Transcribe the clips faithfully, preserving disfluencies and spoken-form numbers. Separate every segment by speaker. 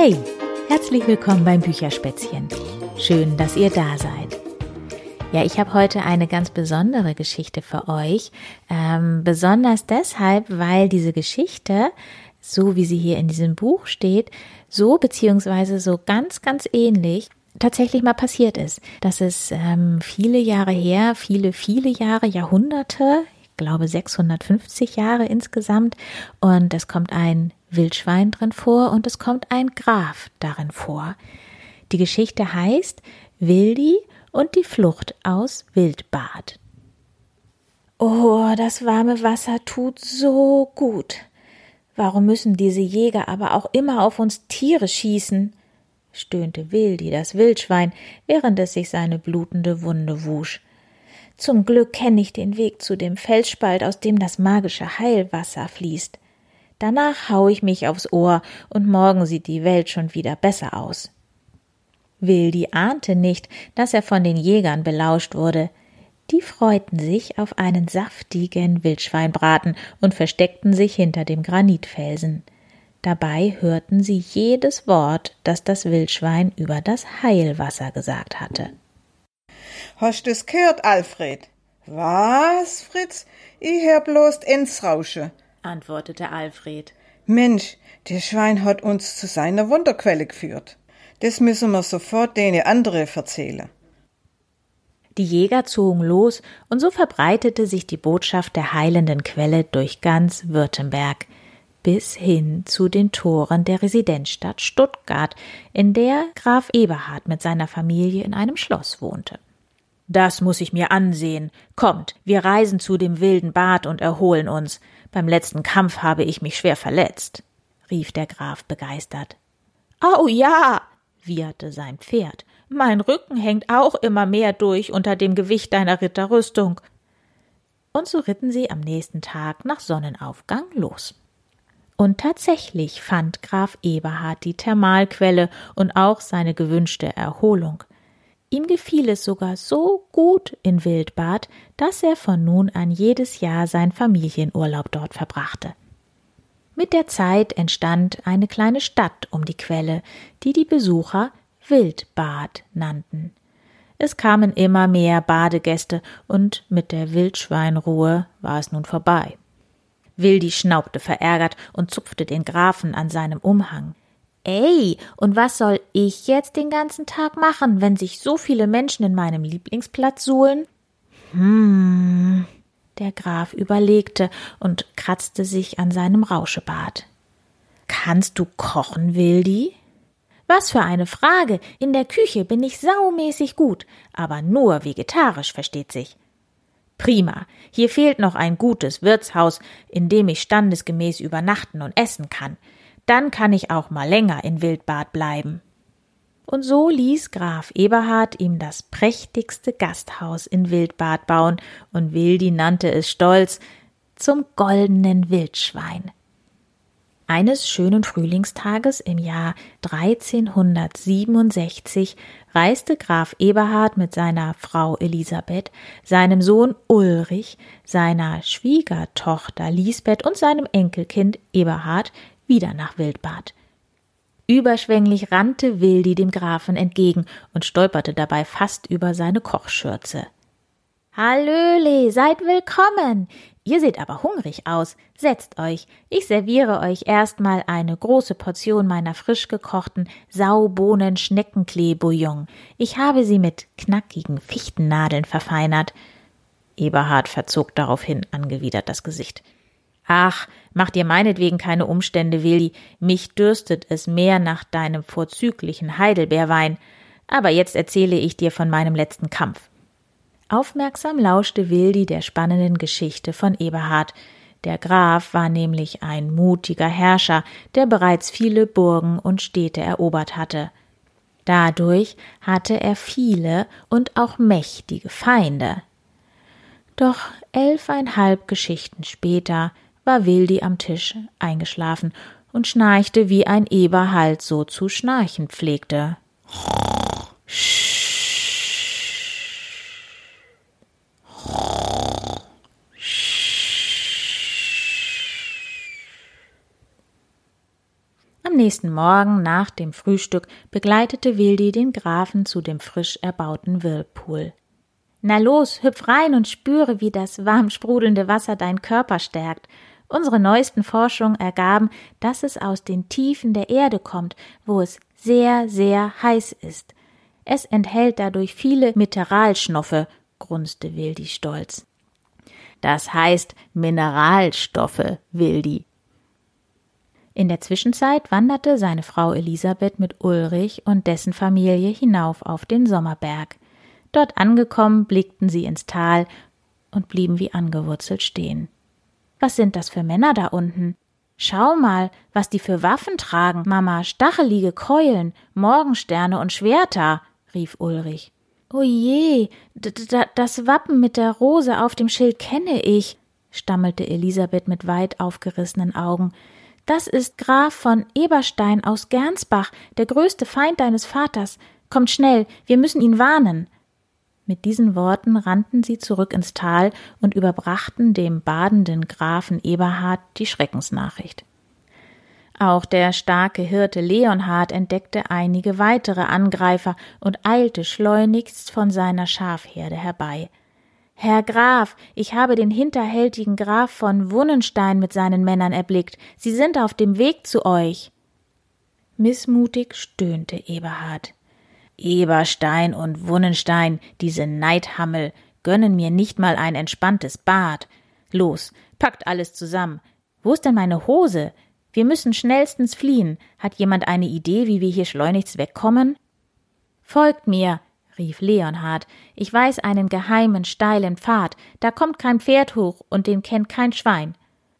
Speaker 1: Hey, herzlich willkommen beim Bücherspätzchen. Schön, dass ihr da seid. Ja, ich habe heute eine ganz besondere Geschichte für euch. Ähm, besonders deshalb, weil diese Geschichte, so wie sie hier in diesem Buch steht, so beziehungsweise so ganz, ganz ähnlich tatsächlich mal passiert ist. Das ist ähm, viele Jahre her, viele, viele Jahre, Jahrhunderte, ich glaube sechshundertfünfzig Jahre insgesamt. Und es kommt ein Wildschwein drin vor und es kommt ein Graf darin vor. Die Geschichte heißt Wildi und die Flucht aus Wildbad. Oh, das warme Wasser tut so gut. Warum müssen diese Jäger aber auch immer auf uns Tiere schießen? Stöhnte Wildi, das Wildschwein, während es sich seine blutende Wunde wusch. Zum Glück kenne ich den Weg zu dem Felsspalt, aus dem das magische Heilwasser fließt. Danach hau ich mich aufs Ohr und morgen sieht die Welt schon wieder besser aus. Wildi ahnte nicht, dass er von den Jägern belauscht wurde. Die freuten sich auf einen saftigen Wildschweinbraten und versteckten sich hinter dem Granitfelsen. Dabei hörten sie jedes Wort, das das Wildschwein über das Heilwasser gesagt hatte.
Speaker 2: Hast du's gehört, Alfred? Was, Fritz? Ich hör bloß Ensrausche,
Speaker 1: antwortete Alfred.
Speaker 2: Mensch, der Schwein hat uns zu seiner Wunderquelle geführt. Das müssen wir sofort denen andere erzählen.
Speaker 1: Die Jäger zogen los, und so verbreitete sich die Botschaft der heilenden Quelle durch ganz Württemberg, bis hin zu den Toren der Residenzstadt Stuttgart, in der Graf Eberhard mit seiner Familie in einem Schloss wohnte. »Das muss ich mir ansehen. Kommt, wir reisen zu dem wilden Bad und erholen uns. Beim letzten Kampf habe ich mich schwer verletzt«, rief der Graf begeistert. »Au ja«, wieherte sein Pferd, »mein Rücken hängt auch immer mehr durch unter dem Gewicht deiner Ritterrüstung.« Und so ritten sie am nächsten Tag nach Sonnenaufgang los. Und tatsächlich fand Graf Eberhard die Thermalquelle und auch seine gewünschte Erholung. Ihm gefiel es sogar so gut in Wildbad, dass er von nun an jedes Jahr seinen Familienurlaub dort verbrachte. Mit der Zeit entstand eine kleine Stadt um die Quelle, die die Besucher Wildbad nannten. Es kamen immer mehr Badegäste und mit der Wildschweinruhe war es nun vorbei. Wildi schnaubte verärgert und zupfte den Grafen an seinem Umhang. »Ey, und was soll ich jetzt den ganzen Tag machen, wenn sich so viele Menschen in meinem Lieblingsplatz suhlen?« »Hm«, der Graf überlegte und kratzte sich an seinem Rauschebart. »Kannst du kochen, Wildi?« »Was für eine Frage! In der Küche bin ich saumäßig gut, aber nur vegetarisch, versteht sich.« »Prima, hier fehlt noch ein gutes Wirtshaus, in dem ich standesgemäß übernachten und essen kann. Dann kann ich auch mal länger in Wildbad bleiben.« Und so ließ Graf Eberhard ihm das prächtigste Gasthaus in Wildbad bauen, und Wildi nannte es stolz zum Goldenen Wildschwein. Eines schönen Frühlingstages im Jahr dreizehnhundertsiebenundsechzig reiste Graf Eberhard mit seiner Frau Elisabeth, seinem Sohn Ulrich, seiner Schwiegertochter Lisbeth und seinem Enkelkind Eberhard wieder nach Wildbad. Überschwänglich rannte Wildi dem Grafen entgegen und stolperte dabei fast über seine Kochschürze. »Hallöle, seid willkommen! Ihr seht aber hungrig aus. Setzt euch, ich serviere euch erstmal eine große Portion meiner frisch gekochten Saubohnen-Schneckenklee-Bouillon. Ich habe sie mit knackigen Fichtennadeln verfeinert.« Eberhard verzog daraufhin angewidert das Gesicht. »Ach, mach dir meinetwegen keine Umstände, Wildi. Mich dürstet es mehr nach deinem vorzüglichen Heidelbeerwein. Aber jetzt erzähle ich dir von meinem letzten Kampf.« Aufmerksam lauschte Wildi der spannenden Geschichte von Eberhard. Der Graf war nämlich ein mutiger Herrscher, der bereits viele Burgen und Städte erobert hatte. Dadurch hatte er viele und auch mächtige Feinde. Doch elfeinhalb Geschichten später war Wildi am Tisch eingeschlafen und schnarchte, wie ein Eber halt so zu schnarchen pflegte. Am nächsten Morgen nach dem Frühstück begleitete Wildi den Grafen zu dem frisch erbauten Whirlpool. »Na los, hüpf rein und spüre, wie das warm sprudelnde Wasser deinen Körper stärkt. Unsere neuesten Forschungen ergaben, dass es aus den Tiefen der Erde kommt, wo es sehr, sehr heiß ist. Es enthält dadurch viele Mineralstoffe«, grunzte Wildi stolz. »Das heißt Mineralstoffe, Wildi.« In der Zwischenzeit wanderte seine Frau Elisabeth mit Ulrich und dessen Familie hinauf auf den Sommerberg. Dort angekommen, blickten sie ins Tal und blieben wie angewurzelt stehen. »Was sind das für Männer da unten? Schau mal, was die für Waffen tragen, Mama, stachelige Keulen, Morgensterne und Schwerter«, rief Ulrich. »O je, d- d- das Wappen mit der Rose auf dem Schild kenne ich«, stammelte Elisabeth mit weit aufgerissenen Augen. »Das ist Graf von Eberstein aus Gernsbach, der größte Feind deines Vaters. Kommt schnell, wir müssen ihn warnen.« Mit diesen Worten rannten sie zurück ins Tal und überbrachten dem badenden Grafen Eberhard die Schreckensnachricht. Auch der starke Hirte Leonhard entdeckte einige weitere Angreifer und eilte schleunigst von seiner Schafherde herbei. »Herr Graf, ich habe den hinterhältigen Graf von Wunnenstein mit seinen Männern erblickt. Sie sind auf dem Weg zu euch.« Missmutig stöhnte Eberhard. »Eberstein und Wunnenstein, diese Neidhammel, gönnen mir nicht mal ein entspanntes Bad. Los, packt alles zusammen. Wo ist denn meine Hose? Wir müssen schnellstens fliehen. Hat jemand eine Idee, wie wir hier schleunigst wegkommen?« »Folgt mir«, rief Leonhard. »Ich weiß einen geheimen, steilen Pfad. Da kommt kein Pferd hoch und den kennt kein Schwein.«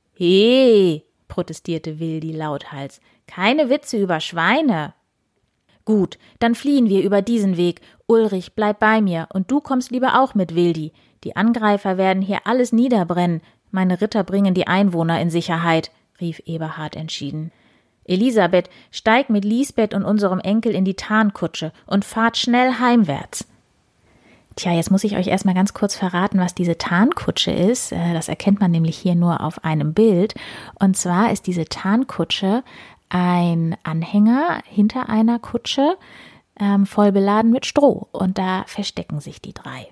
Speaker 1: »He«, protestierte Wildi lauthals. »Keine Witze über Schweine.« »Gut, dann fliehen wir über diesen Weg. Ulrich, bleib bei mir, und du kommst lieber auch mit, Wildi. Die Angreifer werden hier alles niederbrennen. Meine Ritter bringen die Einwohner in Sicherheit«, rief Eberhard entschieden. »Elisabeth, steig mit Lisbeth und unserem Enkel in die Tarnkutsche und fahrt schnell heimwärts.« Tja, jetzt muss ich euch erstmal ganz kurz verraten, was diese Tarnkutsche ist. Das erkennt man nämlich hier nur auf einem Bild. Und zwar ist diese Tarnkutsche ein Anhänger hinter einer Kutsche, ähm, voll beladen mit Stroh, und da verstecken sich die drei.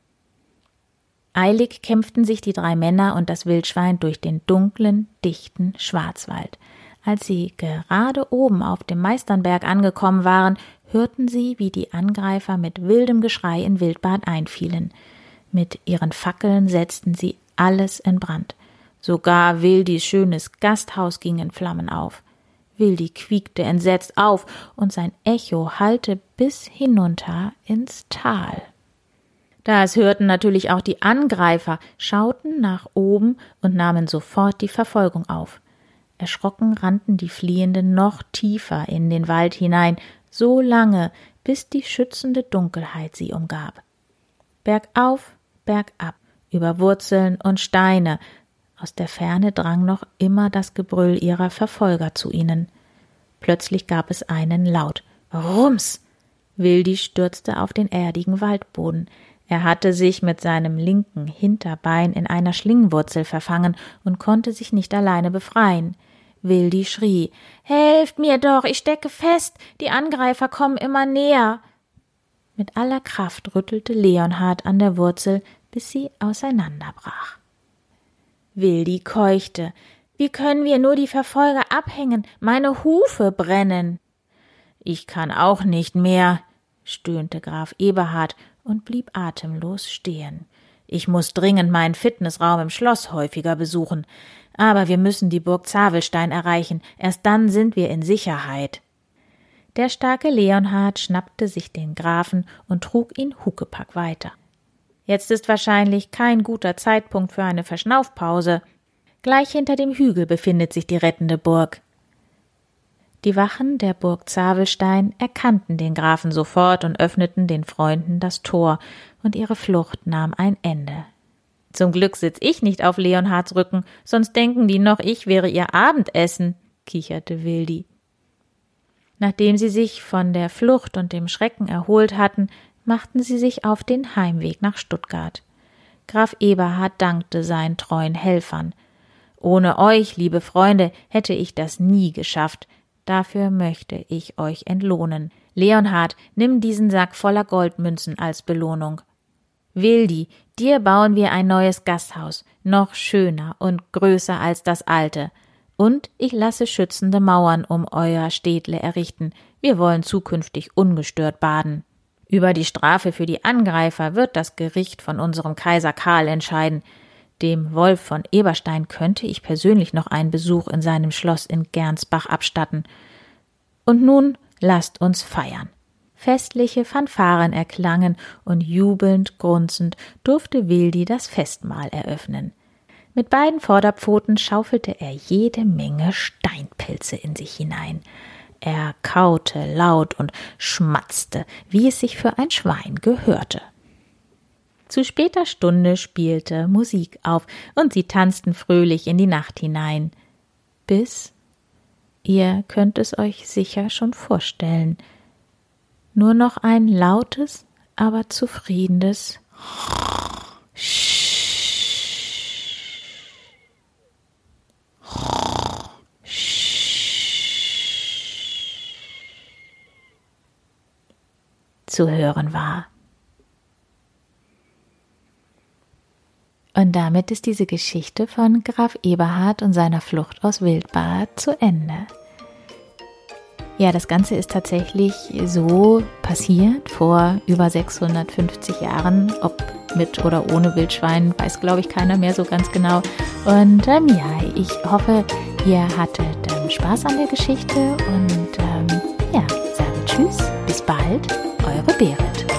Speaker 1: Eilig kämpften sich die drei Männer und das Wildschwein durch den dunklen, dichten Schwarzwald. Als sie gerade oben auf dem Meisternberg angekommen waren, hörten sie, wie die Angreifer mit wildem Geschrei in Wildbad einfielen. Mit ihren Fackeln setzten sie alles in Brand. Sogar Wildis schönes Gasthaus ging in Flammen auf. Wildi quiekte entsetzt auf, und sein Echo hallte bis hinunter ins Tal. Das hörten natürlich auch die Angreifer, schauten nach oben und nahmen sofort die Verfolgung auf. Erschrocken rannten die Fliehenden noch tiefer in den Wald hinein, so lange, bis die schützende Dunkelheit sie umgab. Bergauf, bergab, über Wurzeln und Steine. Aus der Ferne drang noch immer das Gebrüll ihrer Verfolger zu ihnen. Plötzlich gab es einen Laut. Rums! Wildi stürzte auf den erdigen Waldboden. Er hatte sich mit seinem linken Hinterbein in einer Schlingenwurzel verfangen und konnte sich nicht alleine befreien. Wildi schrie: »Helft mir doch, ich stecke fest, die Angreifer kommen immer näher!« Mit aller Kraft rüttelte Leonhard an der Wurzel, bis sie auseinanderbrach. Wildi keuchte: »Wie können wir nur die Verfolger abhängen? Meine Hufe brennen!« »Ich kann auch nicht mehr«, stöhnte Graf Eberhard und blieb atemlos stehen. »Ich muss dringend meinen Fitnessraum im Schloss häufiger besuchen. Aber wir müssen die Burg Zavelstein erreichen. Erst dann sind wir in Sicherheit.« Der starke Leonhard schnappte sich den Grafen und trug ihn Huckepack weiter. »Jetzt ist wahrscheinlich kein guter Zeitpunkt für eine Verschnaufpause. Gleich hinter dem Hügel befindet sich die rettende Burg.« Die Wachen der Burg Zavelstein erkannten den Grafen sofort und öffneten den Freunden das Tor, und ihre Flucht nahm ein Ende. »Zum Glück sitz ich nicht auf Leonhards Rücken, sonst denken die noch, ich wäre ihr Abendessen«, kicherte Wildi. Nachdem sie sich von der Flucht und dem Schrecken erholt hatten, machten sie sich auf den Heimweg nach Stuttgart. Graf Eberhard dankte seinen treuen Helfern. »Ohne euch, liebe Freunde, hätte ich das nie geschafft. Dafür möchte ich euch entlohnen. Leonhard, nimm diesen Sack voller Goldmünzen als Belohnung. Wildi, dir bauen wir ein neues Gasthaus, noch schöner und größer als das alte. Und ich lasse schützende Mauern um euer Städtle errichten. Wir wollen zukünftig ungestört baden. Über die Strafe für die Angreifer wird das Gericht von unserem Kaiser Karl entscheiden. Dem Wolf von Eberstein könnte ich persönlich noch einen Besuch in seinem Schloss in Gernsbach abstatten. Und nun lasst uns feiern. Festliche Fanfaren erklangen und jubelnd, grunzend durfte Wildi das Festmahl eröffnen. Mit beiden Vorderpfoten schaufelte er jede Menge Steinpilze in sich hinein. Er kaute laut und schmatzte, wie es sich für ein Schwein gehörte. Zu später Stunde spielte Musik auf, und sie tanzten fröhlich in die Nacht hinein. Bis, ihr könnt es euch sicher schon vorstellen, nur noch ein lautes, aber zufriedenes zu hören war. Und damit ist diese Geschichte von Graf Eberhard und seiner Flucht aus Wildbad zu Ende. Ja, das Ganze ist tatsächlich so passiert vor über sechshundertfünfzig Jahren. Ob mit oder ohne Wildschwein, weiß, glaube ich, keiner mehr so ganz genau. Und ähm, ja, ich hoffe, ihr hattet ähm, Spaß an der Geschichte und ähm, ja, sage Tschüss, bis bald, eure Berit.